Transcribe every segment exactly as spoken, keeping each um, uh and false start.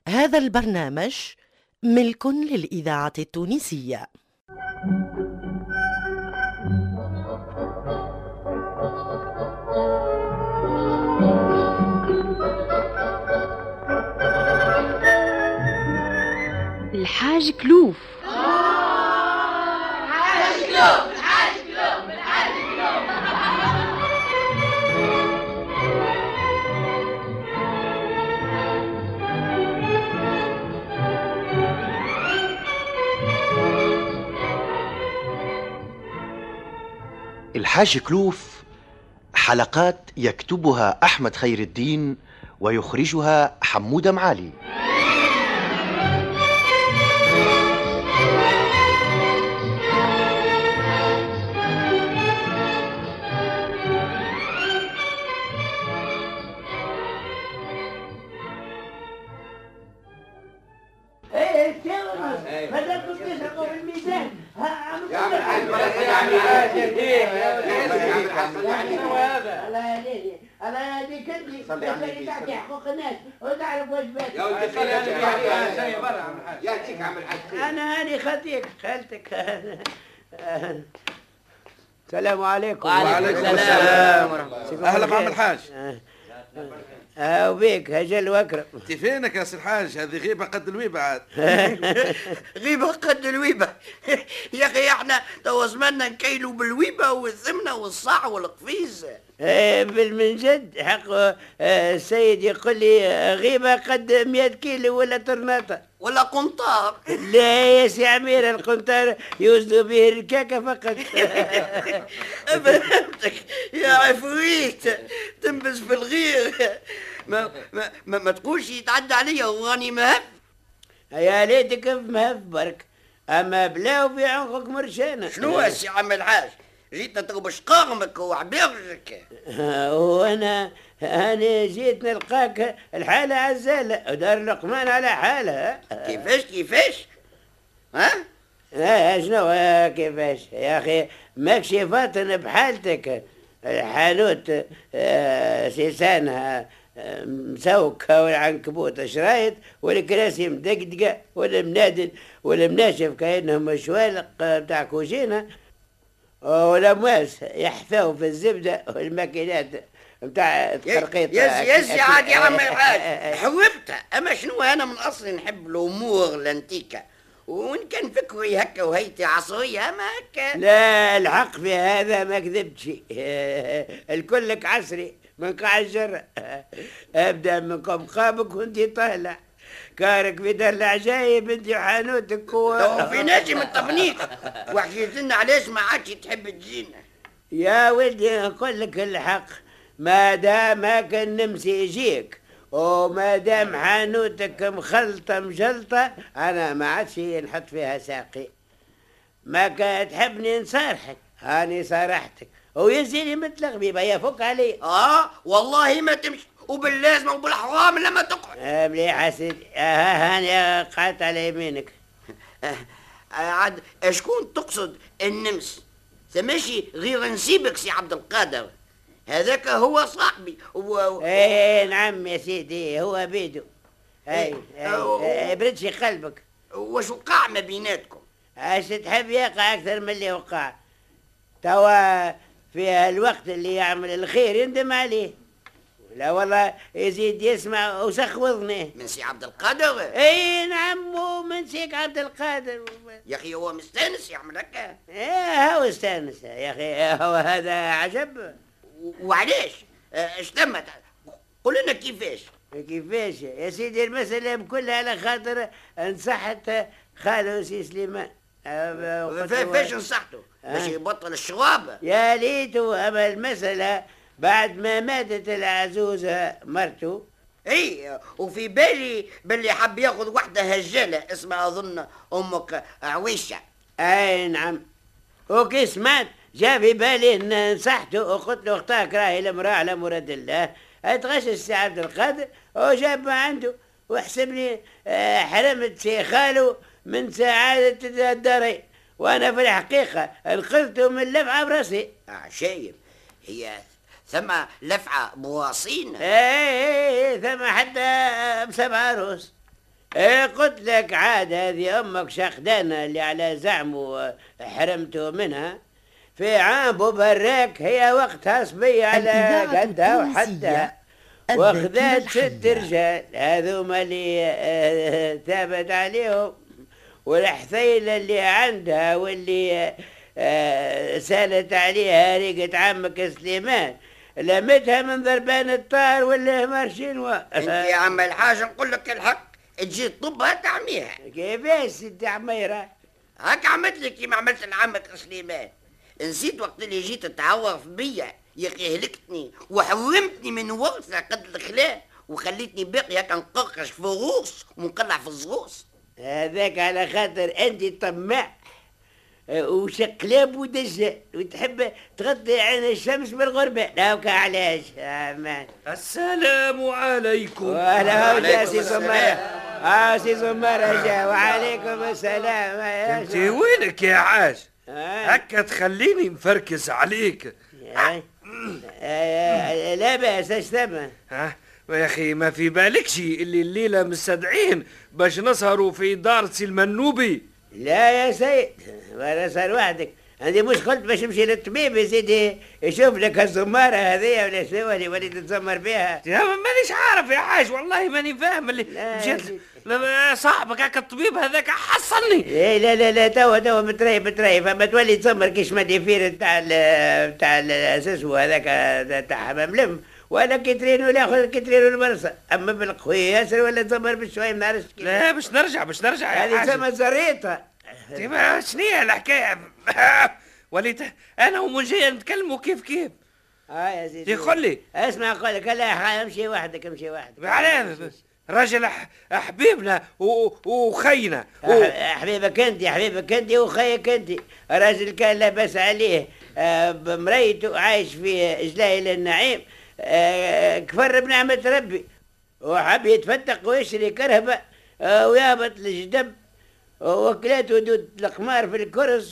هذا البرنامج ملك للإذاعة التونسية. الحاج كلوف. الحاج كلوف الحاج كلوف الحاج كلوف. الحاج كلوف، حلقات يكتبها أحمد خير الدين ويخرجها حمودة معالي. الله يهديك انت اللي تعطي حقوق الناس وتعرف واجباتك. يا ولدي خليك يعطيك عم الحاج. انا هاني خالتك خالتك. السلام عليكم. وعليكم السلام ورحمه الله. اهلا بعم الحاج. ها وبيك هجل واكرم. انت فينك يا سي الحاج؟ هذه غيبه قد الويبه عاد. غيبه قد الويبه. يا اخي احنا توا زماننا نكيلوا بالويبه والثمنه والصاع والقفيز. بالمنجد حق السيد يقول لي غيبه قد مئة كيلو ولا طرناطه ولا قنطار. لا يا سي عمير، القنطار يوزنوا به الكاكه فقط. فهمتك يا عفويت تنبس في الغير. ما ما ما, ما تقولش يتعدى عليا واني مهف. يا ليتك مهف برك، اما بلاو في عنقك مرشانه. شنو يا سي عم الحاج؟ جيت نتربش شقاغمك وعبيرك. وانا انا جيت نلقاك الحاله عزاله ودار لقمان على حاله. كيفاش كيفاش؟ ها؟ لا شنو كيفاش يا اخي؟ ماكش فاطن بحالتك. الحانوت سيسانها مسوكه والعنكبوت شرايط والكراسي مدقدقه والمنادل والمناشف كأنهم شوالق بتاع كوجينه والامواس يحفاو في الزبده والماكينات بتاع الترقيط. يا يا سي عاد يا عم الحاج حوبتها. اما شنو انا من اصلي نحب الامور الانتيكه، وان كان فكري هكا وهيتي عصريه ما هكا. لا الحق في هذا ما كذبتش. الكلك عصري من قاع الجرة. ابدا من قمقامك وانت طالع كارك في دار العجايب انت وحانوتك و... في ناجي من تفنيطك وحكيت لنا علاش ما عادش تحب تجينا. يا ولدي نقول لك الحق، ما دام هاك النمس يجيك وما دام حانوتك مخلطه مجلطه انا ما عادش نحط فيها ساقي. ما كان تحبني نصارحك هاني صارحتك ويزيني مثل غبيبه يفك علي. اه والله ما تمشي وباللازمه وبالحرام لما تقعد. آه مليح سيدي. آه هاني قعدت على يمينك. آه عاد اشكون تقصد النمس؟ سماشي غير نسيبك سي عبد القادر، هذاك هو صاحبي و... ايه نعم يا سيدي هو بيدو. اي اي بردش قلبك. وش وقع ما بيناتكم؟ اش تحب يقع اكثر من اللي وقع؟ توا في الوقت اللي يعمل الخير يندم عليه. لا والله يزيد يسمع وسخ وذنه. من سي عبد القادر؟ اي نعم من سيك عبد القادر. يا اخي هو مستانس يعمل هكا. ايه هو استانس يا اخي، هو هذا عجب. وعلاش؟ اش ثم؟ قول لنا كيفاش. كيفاش يا سيدي؟ المسألة بكلها على خاطر نصحت خالو سي سليمان. فاش نصحته؟ باش يبطل الشراب؟ يا ليتو. اما المسألة بعد ما ماتت العزوزة مرته. اي وفي بالي باللي حب ياخذ وحده هجالة اسمها اظن امك عويشة. اي نعم. وكي سمعت جا في بالي ان نصحته وقلت له اختارك راهي المراه على مراد الله. اتغش السي عبد القادر وجاب ما عنده وحسبني حرمت سي خالو من سعادة الدارين، وانا في الحقيقة انقذت من لفعة براسي. اه شايف هي ثم لفعة بواصين. ايه ايه ثم حتى بسبع روس. إيه قلت لك عاد هذه أمك شخدانة اللي على زعمه حرمته منها في عام بوبراك، هي وقتها صبية على قدها وحتى واخذت ست رجال هذوما اللي آه ثابت عليهم، والحثيلة اللي عندها واللي آه سالت عليها ريقة عمك سليمان لمتها من ضربان الطار ولا مارشينوا. انت يا عم الحاج نقول لك الحق تجي تطبها تعميها. كيفاش ست عميرة؟ هاك عملت لك كيما عملت لعمك سليمان. نسيت وقت اللي جيت تعوض بيا يا اخي هلكتني وحومتني من ورثة قد الخلاء وخليتني باقي هكا نقرقش في غوص ونقلع في الزغوص. هذاك على خاطر انت طماع وشقلاب ودجال وتحب تغطي عين الشمس بالغربة. لا علاش امان. السلام عليكم. وهلا وسهلا سي زمارة. اه سي زمارة جا. وعليكم السلام. انت وينك يا عاج؟ هكا تخليني مفركس عليك. لا بأس اش ثم؟ ها يا اخي ما في بالك شي اللي الليله مستدعين باش نسهروا في دار سي المنوبي؟ لا يا سيد ولا صار وحدك، عندي مش قلت باش نمشي للطبيب يا سيدي يشوف لك الزماره هذيا ولا شنو اللي وليت تتزمر بها. يا مانيش عارف يا حاج والله ماني فاهم اللي مشيت صاحبك هكا الطبيب هذاك حصلني. ايه لا لا لا توا توا متريف متريف اما تولي تزمر كيش ما ديفير نتاع نتاع الاساس هذاك تاع حمام لم ولا كترين ولا ياخذ كترين والمرصة، اما بالقوي ياسر ولا تزمر بشوي ما نعرفش كيف. لا باش نرجع باش نرجع يا حاج. هذه تسمى زريطة. تيما شنيا الحكاية؟ وليت انا ومجيه نتكلموا كيف كيف. اه يا سيدي يقول لي اسمع اقول لك لا امشي وحدك امشي وحدك. علاه راجل حبيبنا وخينا و... حبيبك انت حبيبك انت وخيك انت. راجل كان لاباس عليه آه بمريته عايش في جلايل النعيم آه كفر بنعمة ربي وحب يتفتق ويشري كرهبة آه ويهبط الجدب وكلات ودود القمار في الكرس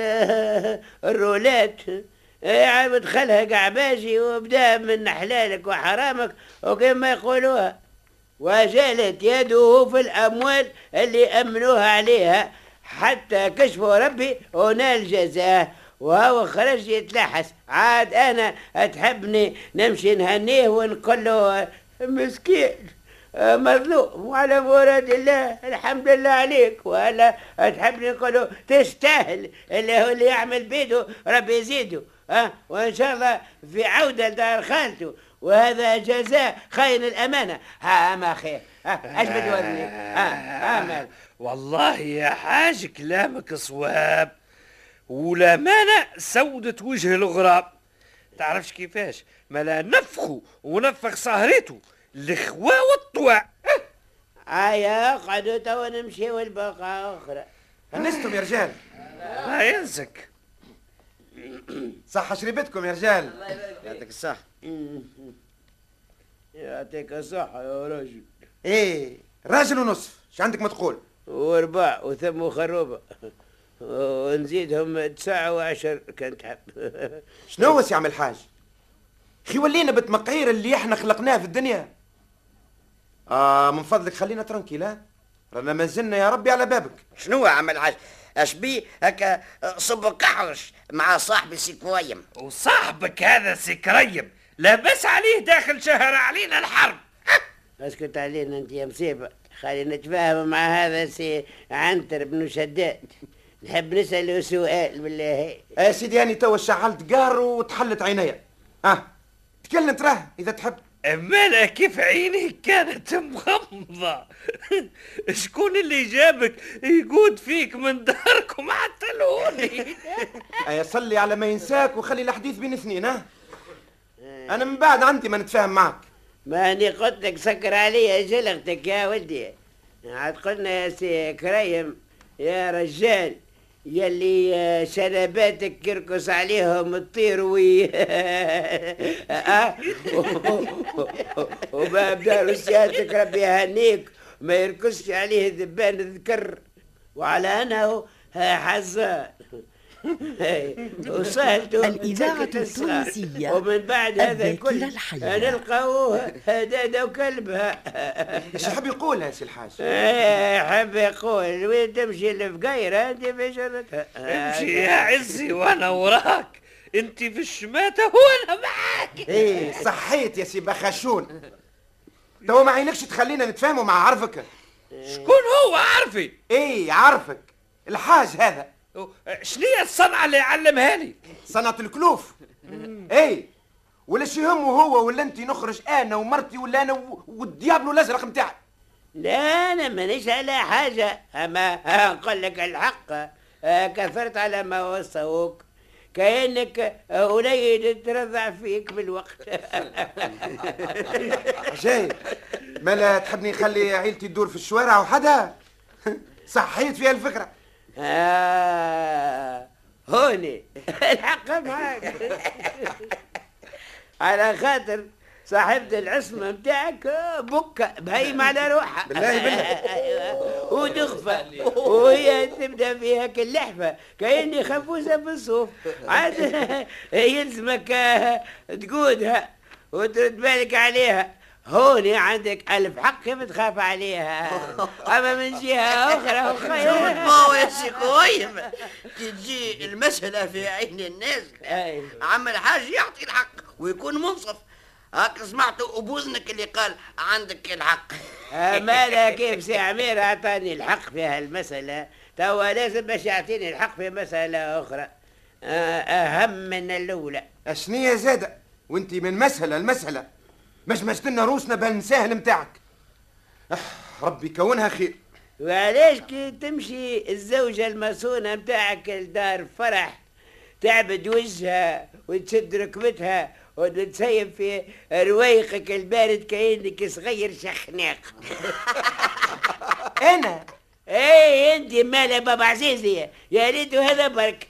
والرولات آه دخلها قعباجي وبدا من حلالك وحرامك وكما يقولوها وجالت يده في الأموال اللي أمنوها عليها حتى كشفوا ربي ونال جزاه وهو خرج يتلحس. عاد أنا تحبني نمشي نهنيه ونقول له مسكين مظلوم وعلى مراد الله الحمد لله عليك، ولا تحبني نقول له تستاهل اللي هو اللي يعمل بيده ربي يزيده ها. وإن شاء الله في عودة لدار خالته وهذا جزاء خاين الأمانة. ها ما خير ها اش بتورني ها امل. والله يا حاج كلامك صواب والأمانة سودت وجه الغراب. تعرفش كيفاش ملا نفخوا ونفخ سهرته الخوا والطواع. ايا قعدوا توا نمشي والبقعة أخرى. أنستم يا رجال؟ ما ينسك صحة شريبتكم يا رجال. يعطيك الصحة. يعطيك الصحة يا راجل. ايه راجل ونصف ايش عندك ما تقول؟ واربع وثم خروبة ونزيدهم تسعة وعشر كان تحب. شنو هو سي عم الحاج؟ خي ولينا بالتمقعير اللي احنا خلقناه في الدنيا. اه من فضلك خلينا ترنكيلا رانا ما زلنا يا ربي على بابك. شنو يا عم الحاج؟ اش بي هكا صب قحرش مع صاحبي سي كويم. وصاحبك هذا سي كريم لاباس عليه داخل شهر علينا الحرب. اسكت علينا انت يا مصيبة. خلينا نتفاهم مع هذا سي عنتر بن شداد. نحب نسأله سؤال بالله. يا سيدي أنا توا شعلت قار وتحلت عينيا. ها تكلم تراه إذا تحب. مالا كيف عيني كانت مغمضة. شكون اللي جابك يقود فيك من داركم حتى لهوني؟ أيا صلي على ما ينساك وخلي الحديث بين اثنين. ها أنا من بعد عندي ما نتفاهم معك. ما أني قلت لك سكر علي جلغتك يا ولدي. عاد قلنا يا سي كريم يا رجال يلي شنباتك يرقص عليهم الطير وي وباب دار سيادتك ربي يهنيك ما يرقصش عليه ذبان الذكر وعلى انه حزان وصلتوا الإذاعة التونسية ومن بعد هذا الكل الذاكرة الحية. نلقاوه هدادة وكلبها. ايش يحب يقولها يا سي الحاج؟ يحب يقول وين تمشي الفقيرة انت في جرتها. امشي يا عزي وانا وراك، انت في الشماتة وانا معاك. ايه صحيت يا سي بخشون. تو ما عينكش تخلينا نتفاهموا مع عرفك. شكون هو عارفي؟ ايه عارفك الحاج هذا. شنو هي الصنعة اللي علمها لي؟ صنعة الكلوف. ايه ولا شي همه هو ولا انت نخرج انا ومرتي ولا انا والديابلو الازرق نتاعي؟ لا انا مانيش على حاجة، اما نقول لك الحق كثرت على ما وصوك كأنك وليد ترضع فيك بالوقت. جاي مالا تحبني نخلي عيلتي تدور في الشوارع وحدها؟ صحيت فيها الفكرة. آه هوني الحق معاك. على خاطر صاحبة العصمة متاعك بكة بهيمة على روحها بالله بالله ودخفة وهي تبدا فيها كاللحفة كأني خفوسة بالصوف. عاد يلزمك تقودها وترد بالك عليها. هوني عندك ألف حق كيف تخاف عليها، أما من جهة أخرى شوف ما يا سي قويم تجي المسألة في عين الناس عم الحاج يعطي الحق ويكون منصف. هاك سمعتوا أبوزنك اللي قال عندك الحق. مالا كيف سي عمير أعطاني الحق في هالمسألة توا لازم باش يعطيني الحق في مسألة أخرى أهم من الأولى. أشنية زادة وانتي من مسألة المسألة مش مشتلنا روسنا بالمساهل متاعك. ربي كونها خير. وعلاش كي تمشي الزوجة المصونة متاعك لدار فرح تعبد وجهها وتشد ركبتها وتسيب في روايقك البارد كأنك صغير شخناق. أنا ايه انت مالا بابا عزيزي يا ريت هذا برك.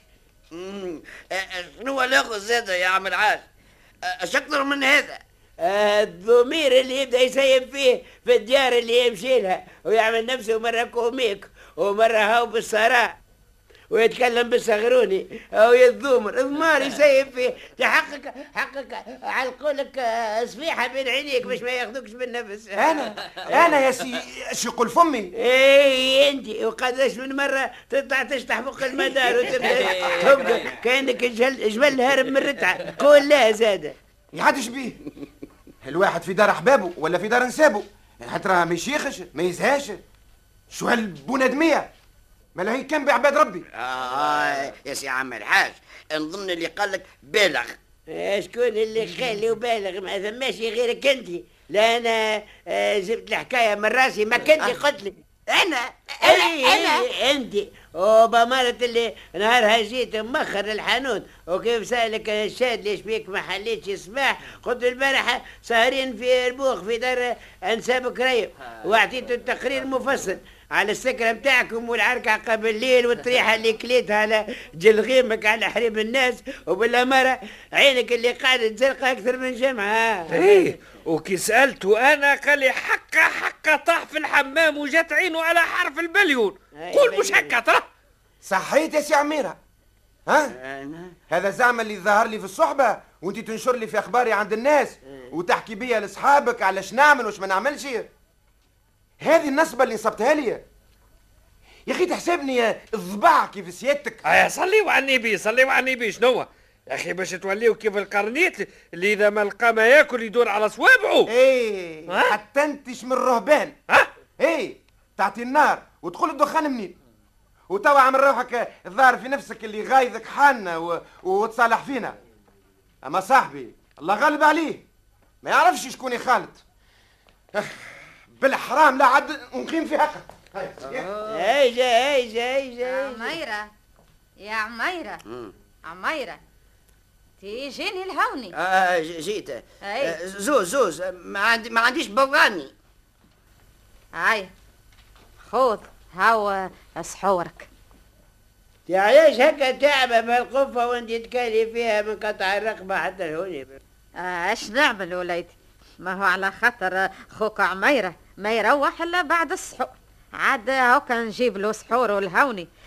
شنو الاخذ زاده يا عم العاج؟ اش اكثر من هذا؟ الضمير اللي يبدا يسيب فيه في الديار اللي يمشي لها ويعمل نفسه مرة كوميك ومرة هاو بالصراع ويتكلم بالصغروني او يتذومر ضمار يسيب فيه تحقق حقق على قولك صفيحة بين عينيك باش ما ياخذوكش بالنفس. انا انا يا سي اش يقول فمي؟ ايه انت وقداش من مرة تطلع تشطح فوق المدار وتبدا تبقى كانك جبل جبل هارب من الرتعة كلها زادة. يعادش بيه الواحد في دار احبابه ولا في دار نسابه حتى راه ما يشيخش ما يزهاش. شو هالبنادميه ملاهي كان بعباد ربي. آه يا سي عم الحاج نظن اللي قال لك بالغ. شكون اللي خالي وبالغ؟ ما ثماش غيرك انت. لا انا آه جبت الحكايه من راسي ما كنت قلت لي انا انا انا انت وبمرت اللي نهارها جيت مخر الحانوت وكيف سالك الشاد ليش بيك ما حليتش صباح قلت البارحه سهرين في ربوخ في دار انساب كريم واعطيته التقرير مفصل على السكره متاعكم والعركه قبل الليل والطريحه اللي كليتها على جلغيمك على حريم الناس وبالاماره عينك اللي قاعده تزرق اكثر من جمعه. ايه وكي سالته انا قال لي حقه حقه طاح في الحمام وجات عينه على حرف البليون. قول مش هكا ترى. صحيت يا سي عميره؟ ها أنا؟ هذا زعما اللي ظهر لي في الصحبه وانت تنشر لي في اخباري عند الناس وتحكي بيا لاصحابك على اش نعمل وش ما نعملش. هذه النصبه اللي نصبتها لي يا اخي تحسبني الضباع كيف سيادتك. اه صليوا على النبي صليوا على النبي. شنو يا اخي باش توليو كيف القرنيت اللي اذا ما لقى ما ياكل يدور على صوابعه. ايه حتى انتش من الرهبان. ها ايه تعطي النار وتقول الدخان منين وتوا عمل روحك الظاهر في نفسك اللي غايظك حالنا و... وتصالح فينا. اما صاحبي الله غالب عليه ما يعرفش شكون يخالط بالحرام لا عد نقيم في حقك. هاي جا هاي جا هاي جا عميرة يا عميرة عميرة تيجيني الهوني. اه جيت آه زوز زوز ما عندي ما عنديش بواني. هاي خذ هاو سحورك. يا علاش هكا تعبة بهالقفة وانت تكالي فيها من قطع الرقبة حتى الهوني؟ اش نعمل وليدي ما هو على خاطر خوك عميرة ما يروح الا بعد السحور عاد هاكا نجيب له سحور والهوني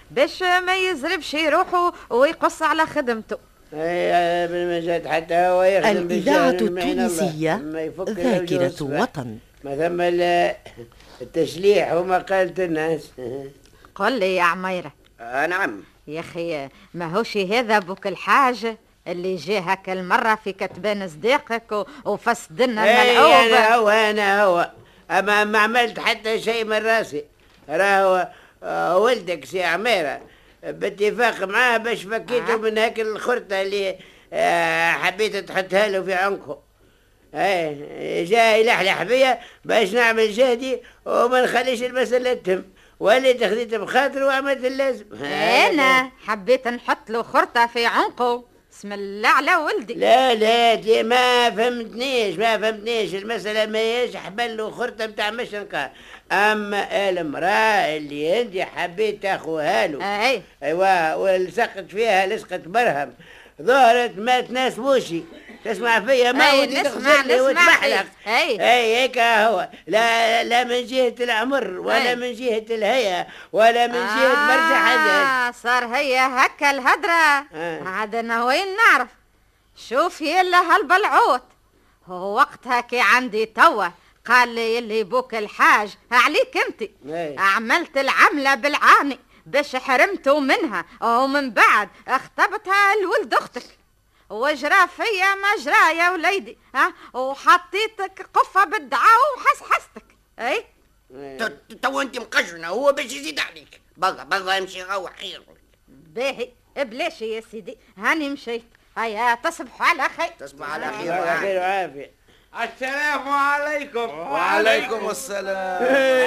باش ما يزربش روحه ويقص على خدمته. اي بالمجد حتى هو يخدم الإذاعة بالشهر المعين الله. التونسية ما يفك ذاكرة الوجه وطن. ما ثم ال- التشليح وما قالت الناس. قل لي يا عميرة. آه نعم. يا أخي ما هوش هذا بوك الحاج اللي جه هكا المرة في كتبان صديقك و- وفسد لنا اي الملعوب. انا هو انا هو اما ما عملت حتى شيء من راسي. راهو آه، ولدك سي عميرة باتفاق معاه باش فكيته آه. من هاك الخرطة اللي آه، حبيت تحطها له في عنقه. اي جاي يلحلح بيا باش نعمل جهدي وما نخليش المسألة تتم، وليت خذيت بخاطر وعملت اللازم. أنا حبيت نحط له خرطة في عنقه. بسم الله على ولدي. لا لا دي ما فهمتنيش ما فهمتنيش المسألة ما هيش حبل له خرطة متاع مشنقة، أما المرأة اللي انت حبيت تاخوها له أي أيوا ولصقت فيها لصقة برهم ظهرت ما تناسبوشي. تسمع فيا ما أي، ودي نسمع- تغزلني نسمع وتبحلق. فيك. أي. اي هيك هو لا لا من جهة العمر ولا أي. من جهة الهيئة ولا من جهة مرجع حاجة. آه صار هي هكا الهدرة. آه. عاد انا وين نعرف. شوف يلا هالبلعوت هو وقتها كي عندي توا قال لي اللي بوك الحاج عليك انت. أي. عملت العملة بالعاني باش حرمته منها ومن بعد اختبتها لولد اختك وجرى فيا ما جرى يا وليدي. ها وحطيتك قفة بالدعاء وحسحستك. اي ت- تو انت مقجرنا هو باش يزيد عليك. بقى بقى امشي روح خير. باهي بلاش يا سيدي هاني مشيت. هيا تصبحوا على خير. تصبح على خير. على خير وعافية. السلام عليكم. وعليكم السلام.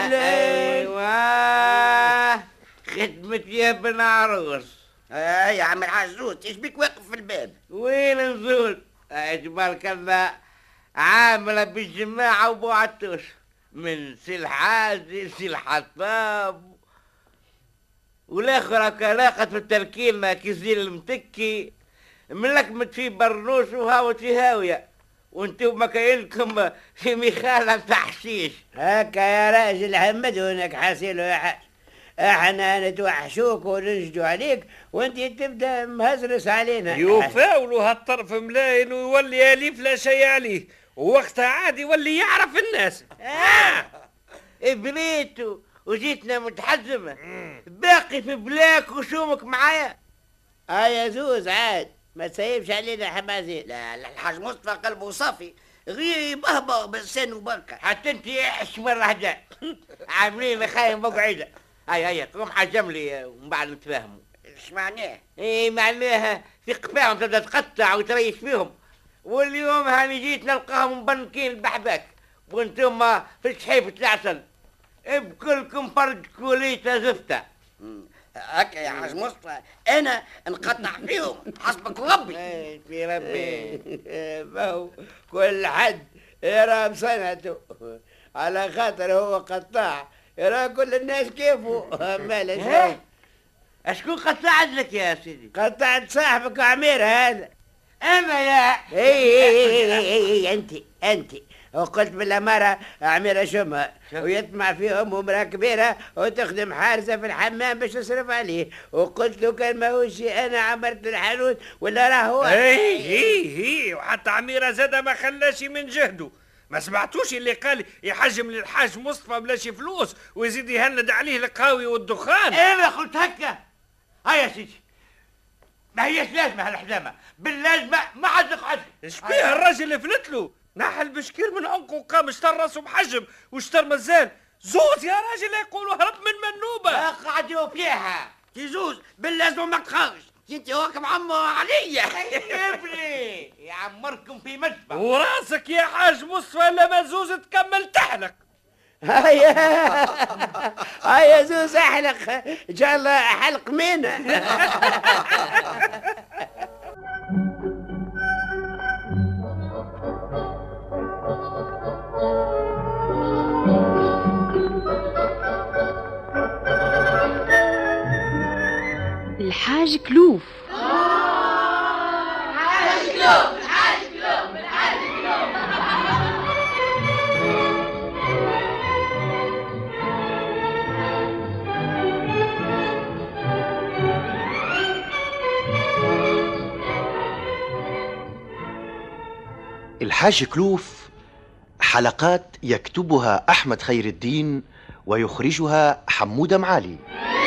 ايوه خدمة يا ابن عروس. آه يا عم العزوز ايش بيك واقف في الباب؟ وين نزول؟ اجمل كذا عاملة بالجماعة وبوعتوش من سي الحاج سي الحطاب والاخر كلاقة في التركيبة كيزيل المتكي ملكمت في برنوش وهاوت في هاوية وانتم كاينكم في مخالة تحشيش. هكا يا راجل حمدونك حاسيلو يا حاج. احنا نتوحشوك وننجدوا عليك وانت تبدا مهزرس علينا. يفاولوا هالطرف ملاين ويولي اليف لا شيء عليه ووقتها عادي يولي يعرف الناس. آه. ابنيتو وجيتنا متحزمة باقي في بلاك وشومك معايا. اه يا زوز عاد ما تسيبش علينا حمازين. لا لا الحاج مصطفى قلبه صافي غير بهبه بلسان وبركه. حتى انت ايش مرة هجاء عاملين خايم مقعدة. هيا هيا قوم حجم لي ومن بعد نتفاهموا. ايش معناه؟ ايه معناها في قفاهم تبدا تقطع وتريش فيهم واليوم هاني جيت نلقاهم مبنكين البحباك وانتم في صحيفة العسل بكلكم فرد كوليتا زفته. مم. هكا يا حاج مصطفى انا نقطع فيهم حسبك ربي. ايه في ربي. ما هو كل حد يرى بصنعته على خاطر هو قطاع يرى كل الناس كيفه. ما لا شيء. اشكون قطعت لك يا سيدي؟ قطعت صاحبك عمير هذا. انا يا اي اي اي اي انت انت وقلت بالاماره عميره شمها ويطمع فيهم ومراه كبيره وتخدم حارسه في الحمام باش تصرف عليه وقلت له كان ماهوش انا عمرت الحانوت ولا راه هو. اي هي هي وحتى عميره زاده ما خلاش من جهده. ما سمعتوش اللي قال يحجم للحاج مصطفى بلاش فلوس ويزيد يهند عليه القهوي والدخان. انا قلت هكا. هيا سيدي ما هيش لازمه هالحزامه باللازمه ما عاد نقعد. ايش بيه الراجل اللي فلت له نحل بشكير من عنقه وقام اشتر راسه محجم واشتر مزال زوز يا راجل يقولوا هرب من منوبه. قعدوا فيها تيزوز باللازمه ما تخرج انت هوك معمر عليا. ابني يعمركم في مجبر وراسك يا حاج مصطفى لما زوز تكمل تحلق. هيا هيا زوز احلق ان شاء الله حلق منا. الحاج كلوف. الحاج كلوف الحاج كلوف الحاج كلوف. الحاج كلوف حلقات يكتبها أحمد خير الدين ويخرجها حمودة معالي.